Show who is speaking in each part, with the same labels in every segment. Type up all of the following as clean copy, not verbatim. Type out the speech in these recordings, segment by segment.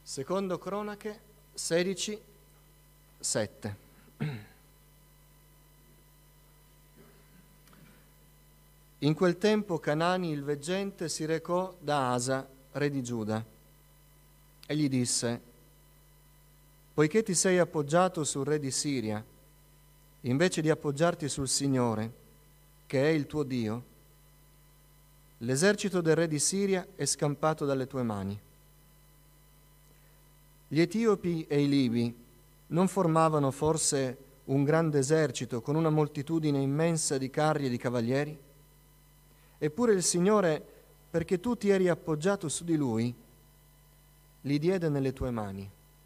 Speaker 1: Secondo Cronache 16, 7. In quel tempo Canani il veggente si recò da Asa, re di Giuda, e gli disse: poiché ti sei appoggiato sul re di Siria, invece di appoggiarti sul Signore, che è il tuo Dio, l'esercito del re di Siria è scampato dalle tue mani. Gli Etiopi e i Libi non formavano forse un grande esercito con una moltitudine immensa di carri e di cavalieri? Eppure il Signore, perché tu ti eri appoggiato su di Lui, li diede nelle tue mani.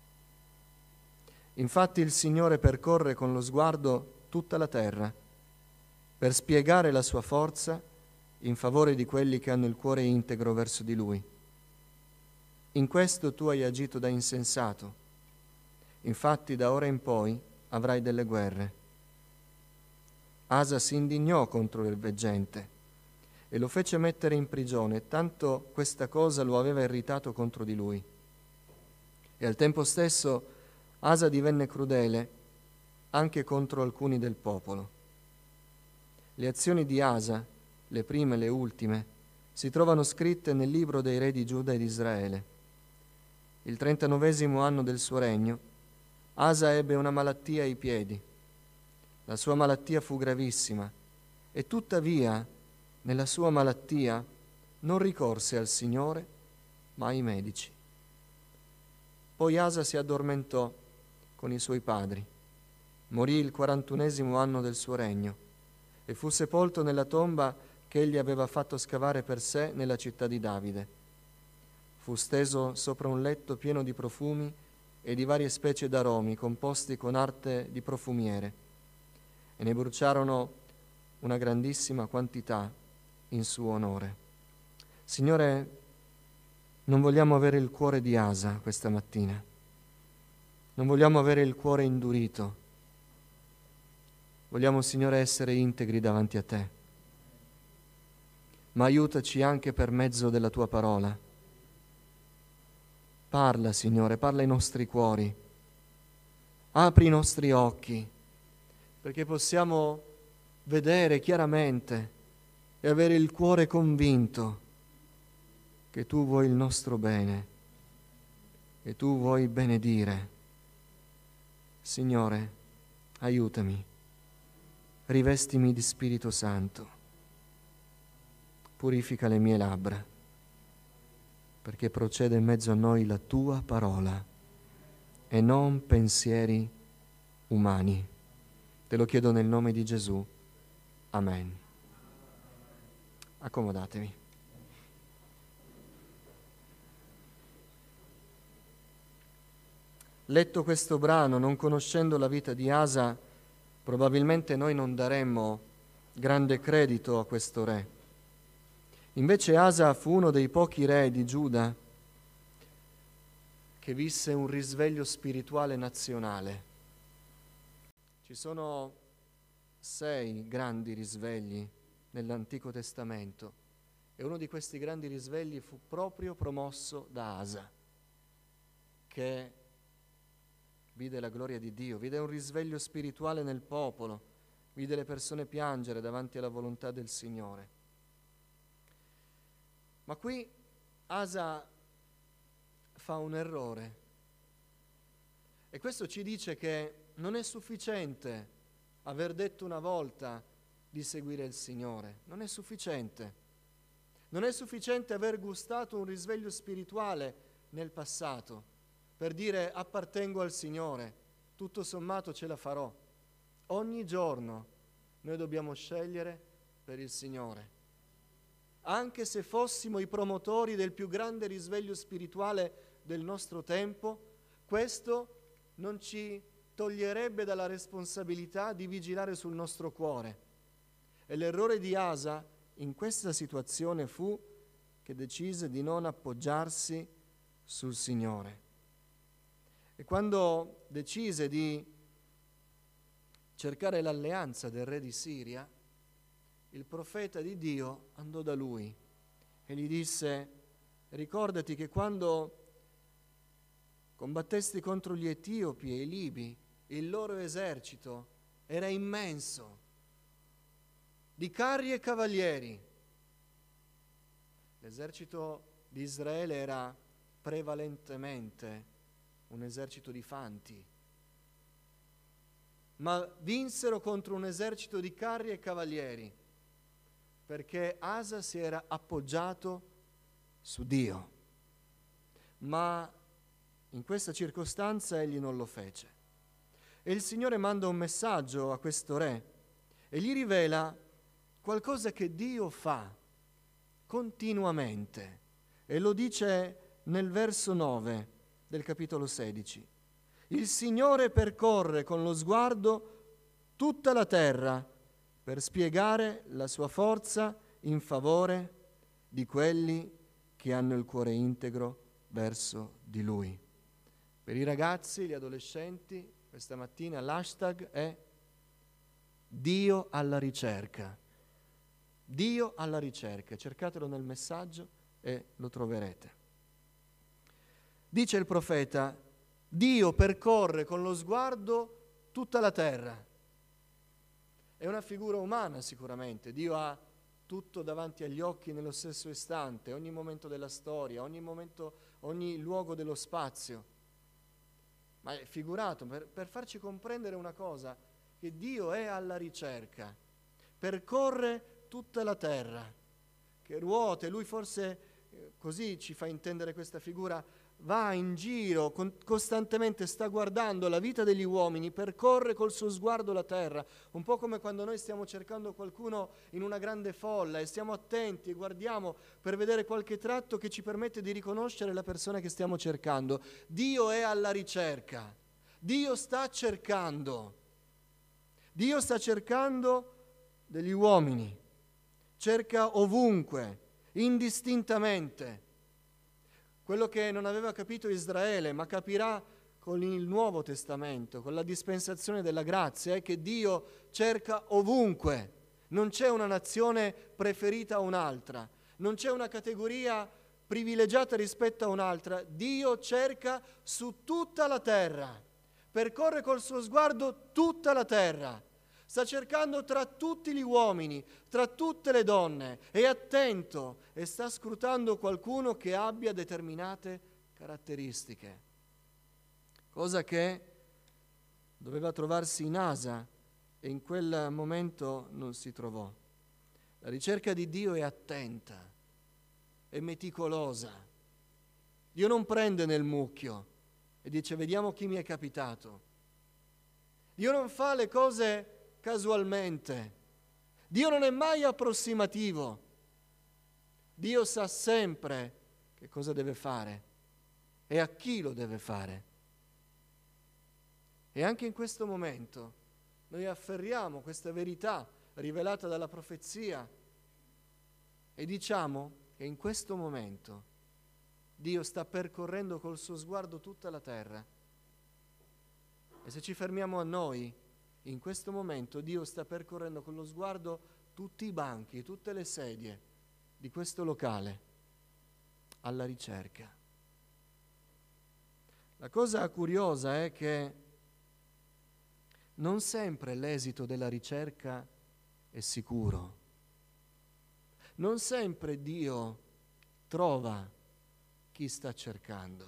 Speaker 1: Infatti il Signore percorre con lo sguardo tutta la terra per spiegare la sua forza in favore di quelli che hanno il cuore integro verso di Lui. In questo tu hai agito da insensato. Infatti da ora in poi avrai delle guerre. Asa si indignò contro il veggente e lo fece mettere in prigione, tanto questa cosa lo aveva irritato contro di lui. E al tempo stesso Asa divenne crudele anche contro alcuni del popolo. Le azioni di Asa, le prime e le ultime, si trovano scritte nel libro dei re di Giuda ed Israele. Il 39° anno del suo regno, Asa ebbe una malattia ai piedi. La sua malattia fu gravissima e tuttavia nella sua malattia non ricorse al Signore, ma ai medici. Poi Asa si addormentò con i suoi padri. Morì il 41° anno del suo regno e fu sepolto nella tomba che egli aveva fatto scavare per sé nella città di Davide. Fu steso sopra un letto pieno di profumi e di varie specie d'aromi composti con arte di profumiere, e ne bruciarono una grandissima quantità in suo onore. Signore, non vogliamo avere il cuore di Asa questa mattina, non vogliamo avere il cuore indurito, vogliamo, Signore, essere integri davanti a Te, ma aiutaci anche per mezzo della Tua parola. Parla, Signore, parla ai nostri cuori, apri i nostri occhi, perché possiamo vedere chiaramente e avere il cuore convinto che Tu vuoi il nostro bene e Tu vuoi benedire. Signore, aiutami, rivestimi di Spirito Santo, purifica le mie labbra, perché procede in mezzo a noi la Tua parola e non pensieri umani. Te lo chiedo nel nome di Gesù. Amen. Accomodatevi. Letto questo brano, non conoscendo la vita di Asa, probabilmente noi non daremmo grande credito a questo re. Invece Asa fu uno dei pochi re di Giuda che visse un risveglio spirituale nazionale. Ci sono 6 grandi risvegli nell'Antico Testamento e uno di questi grandi risvegli fu proprio promosso da Asa, che vide la gloria di Dio, vide un risveglio spirituale nel popolo, vide le persone piangere davanti alla volontà del Signore. Ma qui Asa fa un errore e questo ci dice che non è sufficiente aver detto una volta di seguire il Signore, non è sufficiente. Non è sufficiente aver gustato un risveglio spirituale nel passato per dire appartengo al Signore, tutto sommato ce la farò. Ogni giorno noi dobbiamo scegliere per il Signore. Anche se fossimo i promotori del più grande risveglio spirituale del nostro tempo, questo non ci toglierebbe dalla responsabilità di vigilare sul nostro cuore. E l'errore di Asa in questa situazione fu che decise di non appoggiarsi sul Signore. E quando decise di cercare l'alleanza del re di Siria, il profeta di Dio andò da lui e gli disse: ricordati che quando combattesti contro gli Etiopi e i Libi, il loro esercito era immenso, di carri e cavalieri. L'esercito di Israele era prevalentemente un esercito di fanti, ma vinsero contro un esercito di carri e cavalieri perché Asa si era appoggiato su Dio. Ma in questa circostanza egli non lo fece. E il Signore manda un messaggio a questo re e gli rivela qualcosa che Dio fa continuamente, e lo dice nel verso 9 del capitolo 16. Il Signore percorre con lo sguardo tutta la terra per spiegare la sua forza in favore di quelli che hanno il cuore integro verso di Lui. Per i ragazzi, gli adolescenti, questa mattina l'hashtag è Dio alla ricerca. Dio alla ricerca, cercatelo nel messaggio e lo troverete. Dice il profeta, Dio percorre con lo sguardo tutta la terra. È una figura umana sicuramente, Dio ha tutto davanti agli occhi nello stesso istante, ogni momento della storia, ogni luogo dello spazio. Ma è figurato per farci comprendere una cosa, che Dio è alla ricerca, percorre tutta la terra, che ruota, lui forse così ci fa intendere questa figura, va in giro, costantemente sta guardando la vita degli uomini, percorre col suo sguardo la terra, un po' come quando noi stiamo cercando qualcuno in una grande folla e stiamo attenti e guardiamo per vedere qualche tratto che ci permette di riconoscere la persona che stiamo cercando. Dio è alla ricerca, Dio sta cercando degli uomini, cerca ovunque, indistintamente. Quello che non aveva capito Israele, ma capirà con il Nuovo Testamento, con la dispensazione della grazia, è che Dio cerca ovunque. Non c'è una nazione preferita a un'altra, non c'è una categoria privilegiata rispetto a un'altra. Dio cerca su tutta la terra, percorre col suo sguardo tutta la terra. Sta cercando tra tutti gli uomini, tra tutte le donne, è attento e sta scrutando qualcuno che abbia determinate caratteristiche. Cosa che doveva trovarsi in Asa e in quel momento non si trovò. La ricerca di Dio è attenta, è meticolosa. Dio non prende nel mucchio e dice vediamo chi mi è capitato. Dio non fa le cose casualmente. Dio non è mai approssimativo. Dio sa sempre che cosa deve fare e a chi lo deve fare. E anche in questo momento noi afferriamo questa verità rivelata dalla profezia e diciamo che in questo momento Dio sta percorrendo col suo sguardo tutta la terra. E se ci fermiamo a noi, in questo momento Dio sta percorrendo con lo sguardo tutti i banchi, tutte le sedie di questo locale, alla ricerca. La cosa curiosa è che non sempre l'esito della ricerca è sicuro. Non sempre Dio trova chi sta cercando.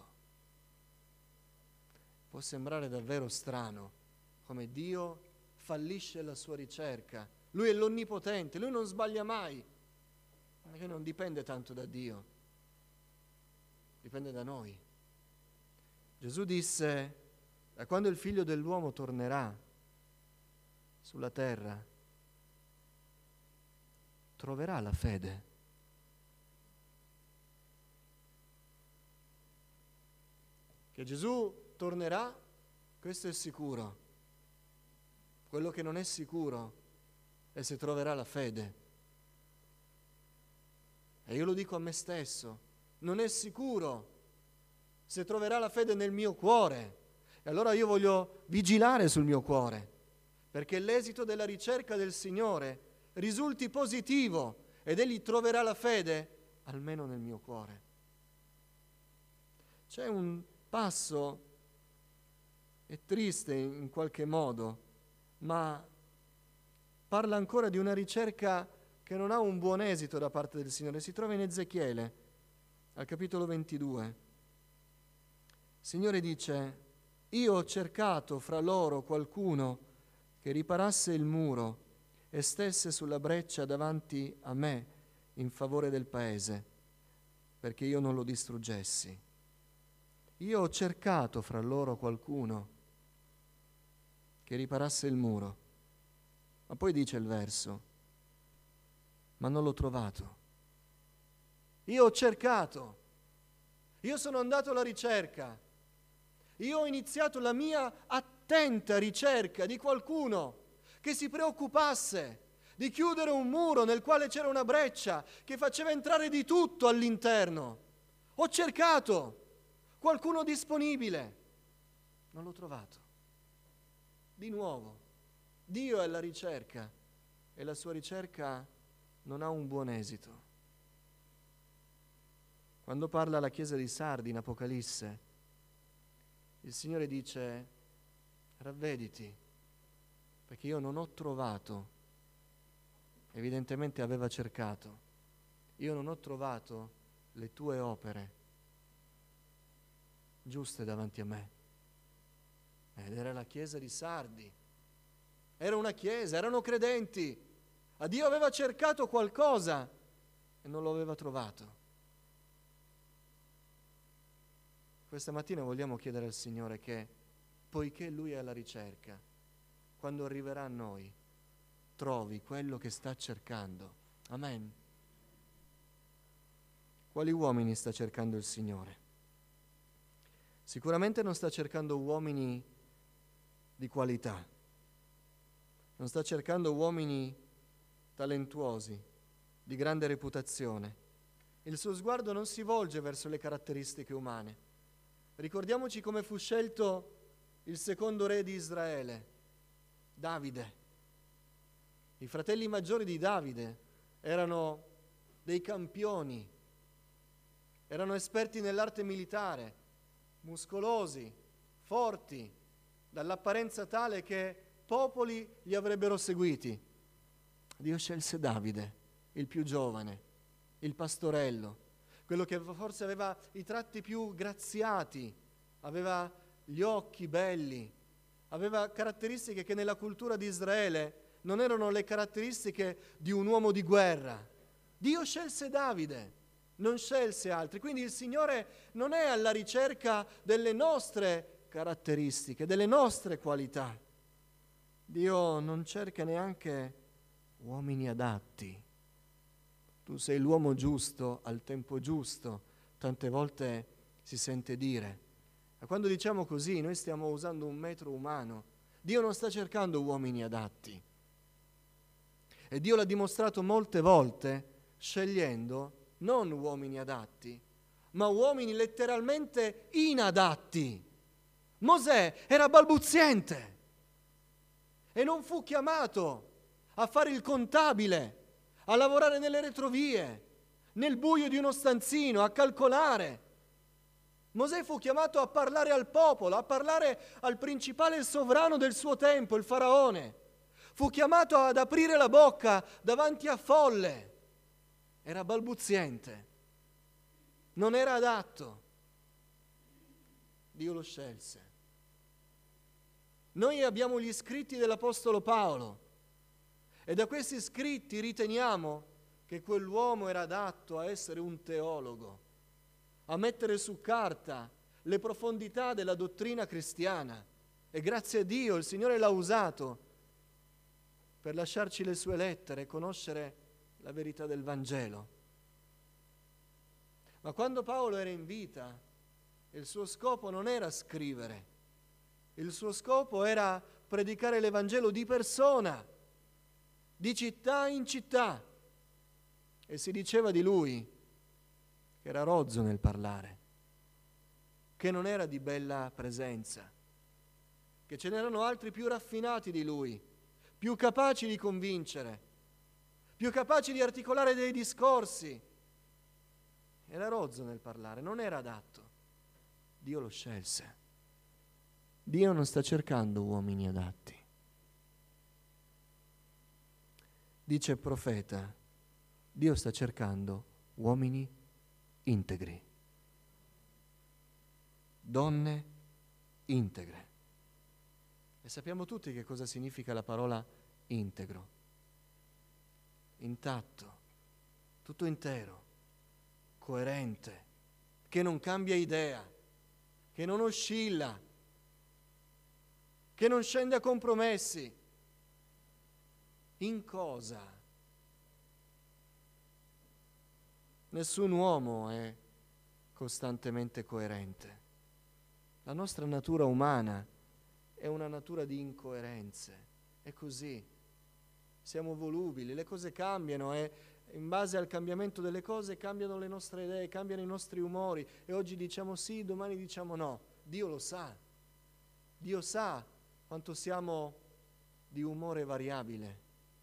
Speaker 1: Può sembrare davvero strano come Dio fallisce la sua ricerca. Lui è l'Onnipotente, Lui non sbaglia mai, perché non dipende tanto da Dio, dipende da noi. Gesù disse, da quando il Figlio dell'uomo tornerà sulla terra, troverà la fede. Che Gesù tornerà, questo è sicuro. Quello che non è sicuro è se troverà la fede. E io lo dico a me stesso, non è sicuro se troverà la fede nel mio cuore. E allora io voglio vigilare sul mio cuore, perché l'esito della ricerca del Signore risulti positivo ed Egli troverà la fede almeno nel mio cuore. C'è un passo è triste in qualche modo, ma parla ancora di una ricerca che non ha un buon esito da parte del Signore. Si trova in Ezechiele, al capitolo 22. Il Signore dice: io ho cercato fra loro qualcuno che riparasse il muro e stesse sulla breccia davanti a me in favore del paese, perché io non lo distruggessi. Io ho cercato fra loro qualcuno che riparasse il muro. Ma poi dice il verso: ma non l'ho trovato. Io ho cercato, io sono andato alla ricerca, io ho iniziato la mia attenta ricerca di qualcuno che si preoccupasse di chiudere un muro nel quale c'era una breccia che faceva entrare di tutto all'interno. Ho cercato qualcuno disponibile, non l'ho trovato. Di nuovo, Dio è alla ricerca e la sua ricerca non ha un buon esito. Quando parla alla chiesa di Sardi in Apocalisse, il Signore dice: ravvediti, perché io non ho trovato, evidentemente aveva cercato, io non ho trovato le tue opere giuste davanti a me. Ed era la chiesa di Sardi. Era una chiesa, erano credenti. A Dio aveva cercato qualcosa e non lo aveva trovato. Questa mattina vogliamo chiedere al Signore che, poiché Lui è alla ricerca, quando arriverà a noi, trovi quello che sta cercando. Amen. Quali uomini sta cercando il Signore? Sicuramente non sta cercando uomini di qualità, non sta cercando uomini talentuosi, di grande reputazione. Il suo sguardo non si volge verso le caratteristiche umane. Ricordiamoci come fu scelto il secondo re di Israele, Davide. I fratelli maggiori di Davide erano dei campioni, erano esperti nell'arte militare, muscolosi, forti, dall'apparenza tale che popoli li avrebbero seguiti. Dio scelse Davide, il più giovane, il pastorello, quello che forse aveva i tratti più graziati, aveva gli occhi belli, aveva caratteristiche che nella cultura di Israele non erano le caratteristiche di un uomo di guerra. Dio scelse Davide, non scelse altri. Quindi il Signore non è alla ricerca delle nostre caratteristiche, delle nostre qualità. Dio non cerca neanche uomini adatti. Tu sei l'uomo giusto al tempo giusto, tante volte si sente dire. Ma quando diciamo così, noi stiamo usando un metro umano. Dio non sta cercando uomini adatti. E Dio l'ha dimostrato molte volte scegliendo non uomini adatti, ma uomini letteralmente inadatti. Mosè era balbuziente e non fu chiamato a fare il contabile, a lavorare nelle retrovie, nel buio di uno stanzino, a calcolare. Mosè fu chiamato a parlare al popolo, a parlare al principale sovrano del suo tempo, il faraone. Fu chiamato ad aprire la bocca davanti a folle. Era balbuziente, non era adatto. Dio lo scelse. Noi abbiamo gli scritti dell'Apostolo Paolo e da questi scritti riteniamo che quell'uomo era adatto a essere un teologo, a mettere su carta le profondità della dottrina cristiana. E grazie a Dio il Signore l'ha usato per lasciarci le sue lettere e conoscere la verità del Vangelo. Ma quando Paolo era in vita, il suo scopo non era scrivere, il suo scopo era predicare l'Evangelo di persona, di città in città. E si diceva di lui che era rozzo nel parlare, che non era di bella presenza, che ce n'erano altri più raffinati di lui, più capaci di convincere, più capaci di articolare dei discorsi. Era rozzo nel parlare, non era adatto. Dio lo scelse. Dio non sta cercando uomini adatti. Dice il profeta, Dio sta cercando uomini integri, donne integre. E sappiamo tutti che cosa significa la parola integro. Intatto, tutto intero, coerente, che non cambia idea, che non oscilla, che non scende a compromessi. In cosa? Nessun uomo è costantemente coerente. La nostra natura umana è una natura di incoerenze. È così. Siamo volubili, le cose cambiano e in base al cambiamento delle cose cambiano le nostre idee, cambiano i nostri umori e oggi diciamo sì, domani diciamo no. Dio lo sa. Dio sa quanto siamo di umore variabile.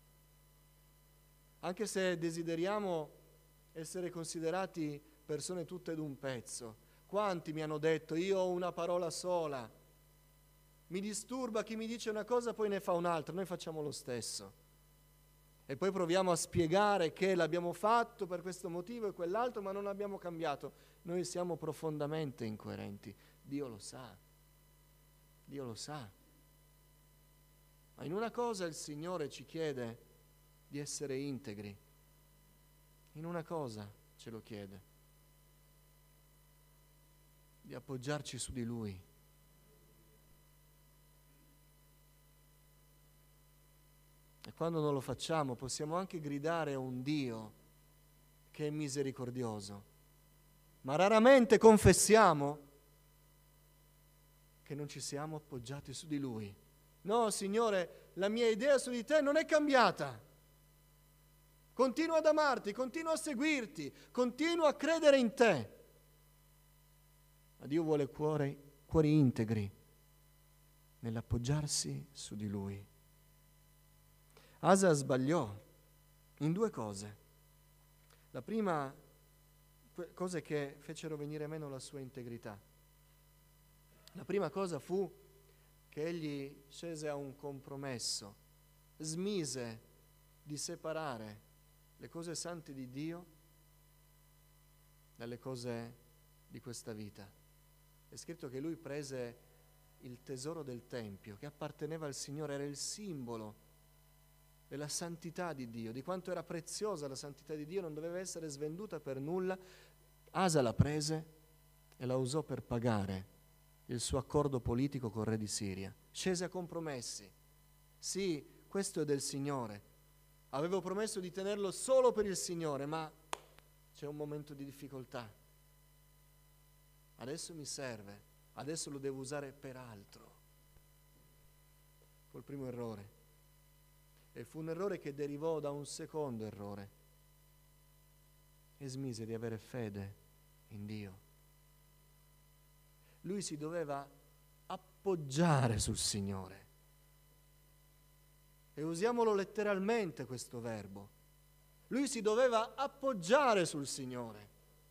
Speaker 1: Anche se desideriamo essere considerati persone tutte d'un pezzo. Quanti mi hanno detto, io ho una parola sola, mi disturba chi mi dice una cosa poi ne fa un'altra, noi facciamo lo stesso. E poi proviamo a spiegare che l'abbiamo fatto per questo motivo e quell'altro, ma non abbiamo cambiato. Noi siamo profondamente incoerenti. Dio lo sa. Dio lo sa. Ma in una cosa il Signore ci chiede di essere integri. In una cosa ce lo chiede. Di appoggiarci su di Lui. E quando non lo facciamo possiamo anche gridare a un Dio che è misericordioso, ma raramente confessiamo che non ci siamo appoggiati su di Lui. No, Signore, la mia idea su di Te non è cambiata. Continuo ad amarti, continuo a seguirti, continuo a credere in Te. Ma Dio vuole cuori integri nell'appoggiarsi su di Lui. Asa sbagliò in due cose. La prima cosa è che fecero venire meno la sua integrità. La prima cosa fu che egli scese a un compromesso, smise di separare le cose sante di Dio dalle cose di questa vita. È scritto che lui prese il tesoro del Tempio che apparteneva al Signore, era il simbolo della santità di Dio, di quanto era preziosa la santità di Dio, non doveva essere svenduta per nulla. Asa la prese e la usò per pagare il suo accordo politico col re di Siria. Scese a compromessi. Sì, questo è del Signore. Avevo promesso di tenerlo solo per il Signore, ma c'è un momento di difficoltà. Adesso mi serve, adesso lo devo usare per altro. Col primo errore. E fu un errore che derivò da un secondo errore. E smise di avere fede in Dio. Lui si doveva appoggiare sul Signore. E usiamolo letteralmente questo verbo. Lui si doveva appoggiare sul Signore.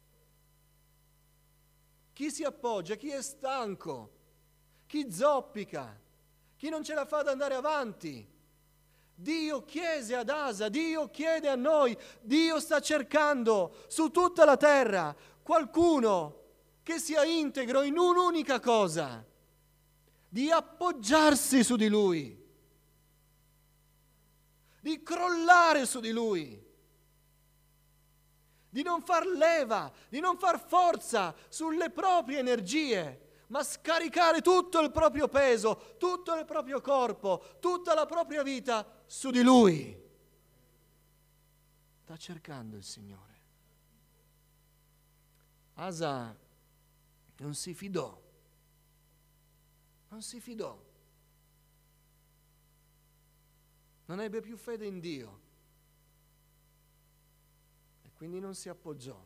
Speaker 1: Chi si appoggia? Chi è stanco? Chi zoppica? Chi non ce la fa ad andare avanti? Dio chiese ad Asa, Dio chiede a noi, Dio sta cercando su tutta la terra qualcuno che sia integro in un'unica cosa, di appoggiarsi su di Lui, di crollare su di Lui, di non far leva, di non far forza sulle proprie energie, ma scaricare tutto il proprio peso, tutto il proprio corpo, tutta la propria vita su di Lui. Sta cercando il Signore. Asa non si fidò. Non si fidò. Non ebbe più fede in Dio. E quindi non si appoggiò.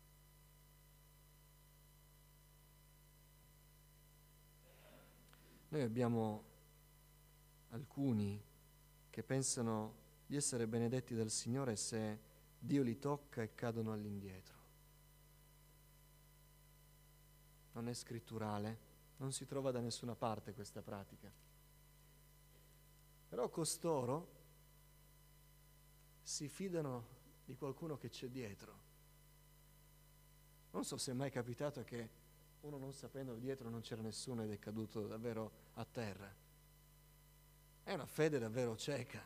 Speaker 1: Noi abbiamo alcuni che pensano di essere benedetti dal Signore se Dio li tocca e cadono all'indietro. Non è scritturale, Non si trova da nessuna parte questa pratica. Però costoro si fidano di qualcuno che c'è dietro. Non so se è mai capitato che uno, non sapendo che dietro non c'era nessuno ed è caduto davvero a terra. È una fede davvero cieca.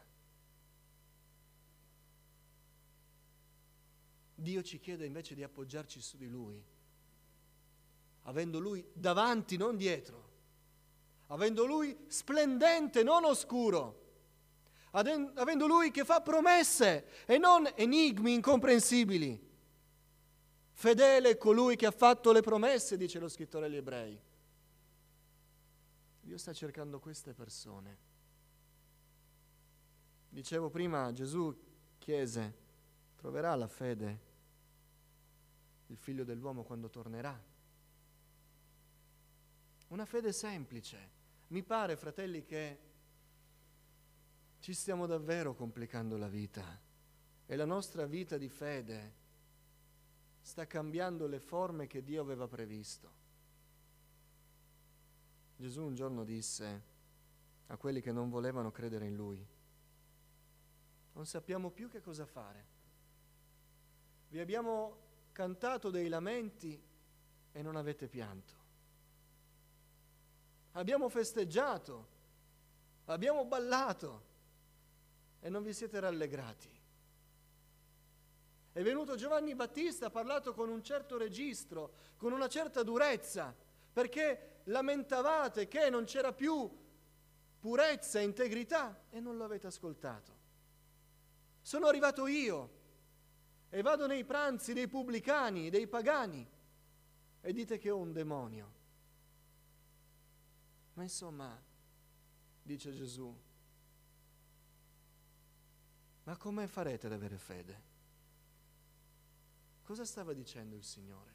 Speaker 1: Dio ci chiede invece di appoggiarci su di Lui, avendo Lui davanti, non dietro, avendo Lui splendente, non oscuro, avendo Lui che fa promesse e non enigmi incomprensibili. Fedele è colui che ha fatto le promesse, dice lo scrittore agli Ebrei. Dio sta cercando queste persone. Dicevo prima, Gesù chiese: troverà la fede il Figlio dell'uomo quando tornerà? Una fede semplice. Mi pare, fratelli, che ci stiamo davvero complicando la vita e la nostra vita di fede sta cambiando le forme che Dio aveva previsto. Gesù un giorno disse a quelli che non volevano credere in Lui: non sappiamo più che cosa fare. Vi abbiamo cantato dei lamenti e non avete pianto. Abbiamo festeggiato, abbiamo ballato e non vi siete rallegrati. È venuto Giovanni Battista, ha parlato con un certo registro, con una certa durezza, perché lamentavate che non c'era più purezza e integrità e non lo avete ascoltato. Sono arrivato io e vado nei pranzi dei pubblicani, dei pagani, e dite che ho un demonio. Ma insomma, dice Gesù, ma come farete ad avere fede? Cosa stava dicendo il Signore?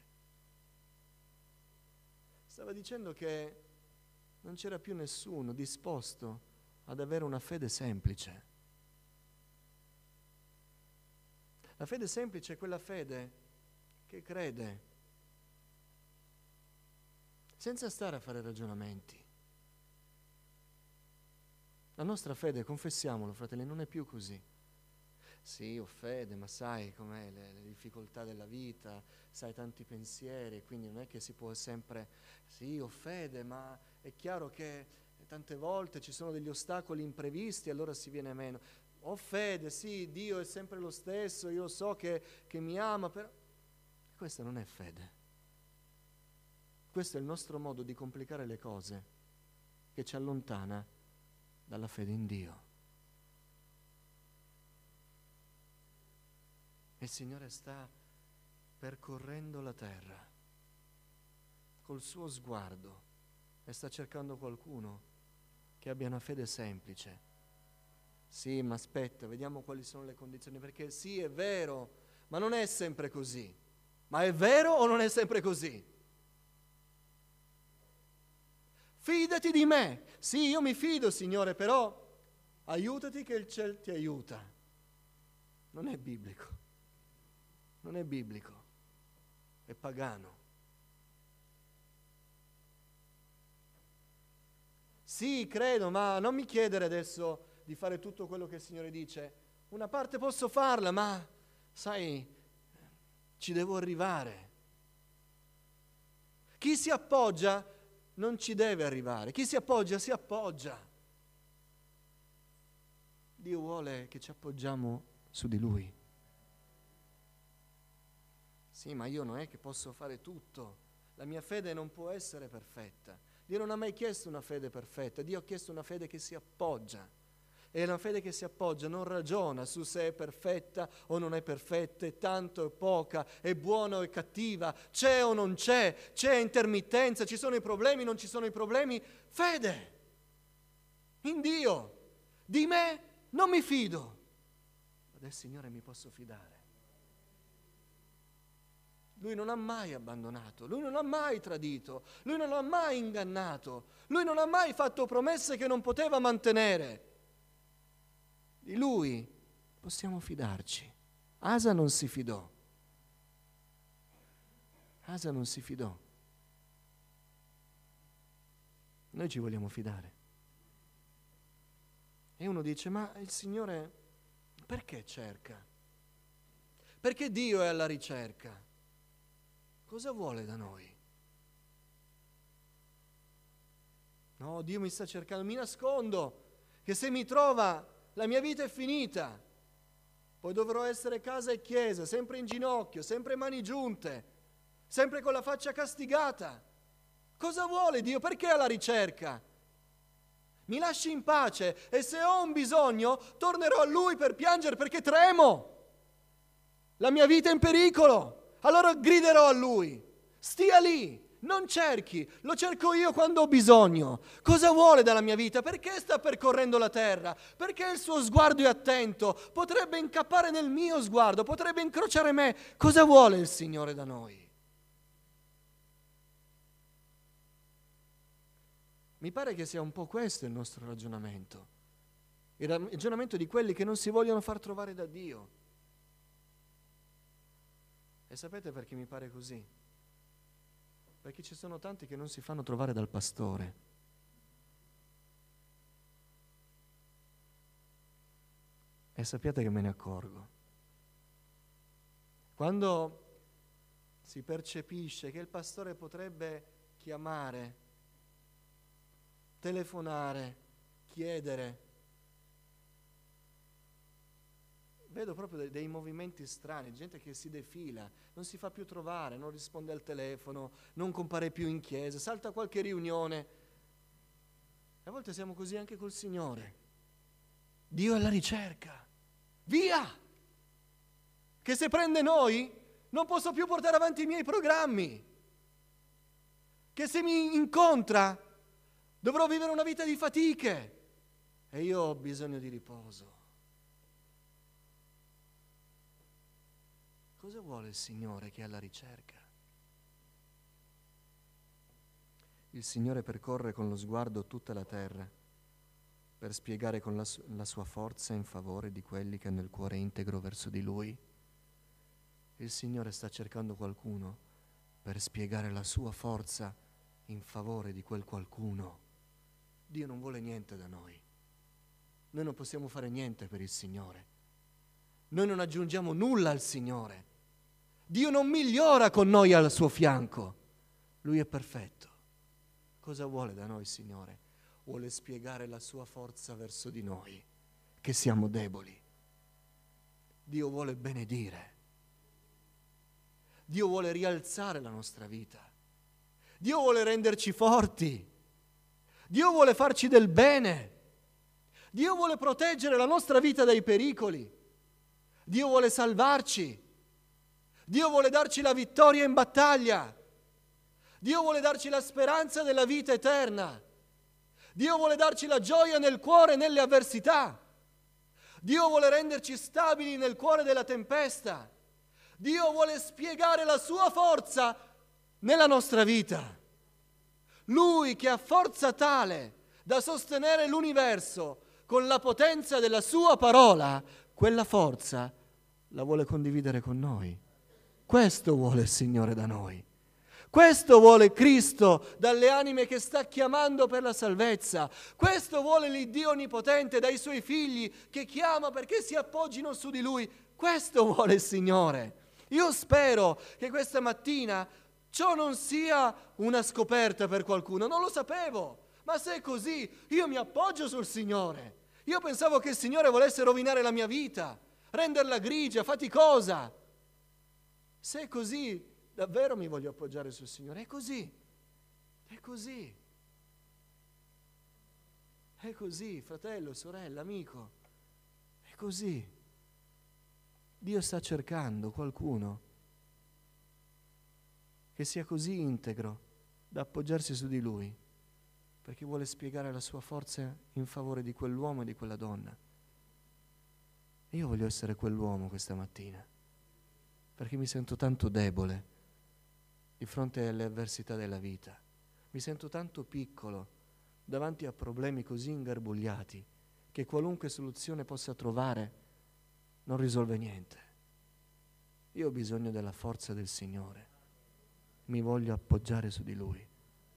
Speaker 1: Stava dicendo che non c'era più nessuno disposto ad avere una fede semplice. La fede semplice è quella fede che crede senza stare a fare ragionamenti. La nostra fede, confessiamolo, fratelli, non è più così. Sì, ho fede, ma sai com'è le difficoltà della vita, sai tanti pensieri, quindi non è che si può sempre, sì, ho fede, ma è chiaro che tante volte ci sono degli ostacoli imprevisti, allora si viene meno. Ho fede, sì, Dio è sempre lo stesso, io so che mi ama, però questa non è fede. Questo è il nostro modo di complicare le cose che ci allontana dalla fede in Dio. Il Signore sta percorrendo la terra col suo sguardo e sta cercando qualcuno che abbia una fede semplice. Sì, ma aspetta, vediamo quali sono le condizioni, perché sì, è vero, ma non è sempre così. Ma è vero o non è sempre così? Fidati di me. Sì, io mi fido, Signore, però aiutati che il cielo ti aiuta. Non è biblico. Non è biblico, è pagano. Sì, credo, ma non mi chiedere adesso di fare tutto quello che il Signore dice. Una parte posso farla, ma sai, ci devo arrivare. Chi si appoggia non ci deve arrivare, chi si appoggia si appoggia. Dio vuole che ci appoggiamo su di Lui. Sì, ma io non è che posso fare tutto. La mia fede non può essere perfetta. Dio non ha mai chiesto una fede perfetta. Dio ha chiesto una fede che si appoggia. E una fede che si appoggia non ragiona su se è perfetta o non è perfetta, è tanto o poca, è buona o è cattiva, c'è o non c'è intermittenza, ci sono i problemi, non ci sono i problemi. Fede in Dio. Di me non mi fido, ma del Signore mi posso fidare. Lui non ha mai abbandonato, Lui non ha mai tradito, Lui non ha mai ingannato, Lui non ha mai fatto promesse che non poteva mantenere. Di Lui possiamo fidarci. Asa non si fidò. Asa non si fidò. Noi ci vogliamo fidare. E uno dice, ma il Signore perché cerca? Perché Dio è alla ricerca? Cosa vuole da noi? No, Dio mi sta cercando, mi nascondo, che se mi trova la mia vita è finita. Poi dovrò essere casa e chiesa, sempre in ginocchio, sempre mani giunte, sempre con la faccia castigata. Cosa vuole Dio? Perché alla ricerca? Mi lasci in pace e se ho un bisogno tornerò a Lui per piangere perché tremo. La mia vita è in pericolo. Allora griderò a Lui. Stia lì. Non cerchi, lo cerco io quando ho bisogno. Cosa vuole dalla mia vita? Perché sta percorrendo la terra? Perché il suo sguardo è attento? Potrebbe incappare nel mio sguardo, potrebbe incrociare me. Cosa vuole il Signore da noi? Mi pare che sia un po' questo il nostro ragionamento. Il ragionamento di quelli che non si vogliono far trovare da Dio. E sapete perché mi pare così? Perché ci sono tanti che non si fanno trovare dal pastore. E sappiate che me ne accorgo. Quando si percepisce che il pastore potrebbe chiamare, telefonare, chiedere, vedo proprio dei movimenti strani, gente che si defila, non si fa più trovare, non risponde al telefono, non compare più in chiesa, salta qualche riunione. E a volte siamo così anche col Signore. Dio è alla ricerca. Via! Che se prende noi non posso più portare avanti i miei programmi. Che se mi incontra dovrò vivere una vita di fatiche. E io ho bisogno di riposo. Cosa vuole il Signore che è alla ricerca? Il Signore percorre con lo sguardo tutta la terra per spiegare con la sua forza in favore di quelli che hanno il cuore integro verso di Lui. Il Signore sta cercando qualcuno per spiegare la sua forza in favore di quel qualcuno. Dio non vuole niente da noi. Noi non possiamo fare niente per il Signore. Noi non aggiungiamo nulla al Signore. Dio non migliora con noi al suo fianco. Lui è perfetto. Cosa vuole da noi, Signore? Vuole spiegare la sua forza verso di noi, che siamo deboli. Dio vuole benedire. Dio vuole rialzare la nostra vita. Dio vuole renderci forti. Dio vuole farci del bene. Dio vuole proteggere la nostra vita dai pericoli. Dio vuole salvarci. Dio vuole darci la vittoria in battaglia. Dio vuole darci la speranza della vita eterna. Dio vuole darci la gioia nel cuore nelle avversità. Dio vuole renderci stabili nel cuore della tempesta. Dio vuole spiegare la sua forza nella nostra vita. Lui che ha forza tale da sostenere l'universo con la potenza della sua parola, quella forza la vuole condividere con noi. Questo vuole il Signore da noi. Questo vuole Cristo dalle anime che sta chiamando per la salvezza. Questo vuole l'Iddio Onnipotente dai Suoi figli che chiama perché si appoggino su di Lui. Questo vuole il Signore. Io spero che questa mattina ciò non sia una scoperta per qualcuno. Non lo sapevo. Ma se è così, io mi appoggio sul Signore. Io pensavo che il Signore volesse rovinare la mia vita, renderla grigia, faticosa. Se è così, davvero mi voglio appoggiare sul Signore. È così. È così. È così, fratello, sorella, amico. È così. Dio sta cercando qualcuno che sia così integro da appoggiarsi su di Lui, perché vuole spiegare la sua forza in favore di quell'uomo e di quella donna. E io voglio essere quell'uomo questa mattina, perché mi sento tanto debole di fronte alle avversità della vita. Mi sento tanto piccolo davanti a problemi così ingarbugliati che qualunque soluzione possa trovare non risolve niente. Io ho bisogno della forza del Signore. Mi voglio appoggiare su di Lui.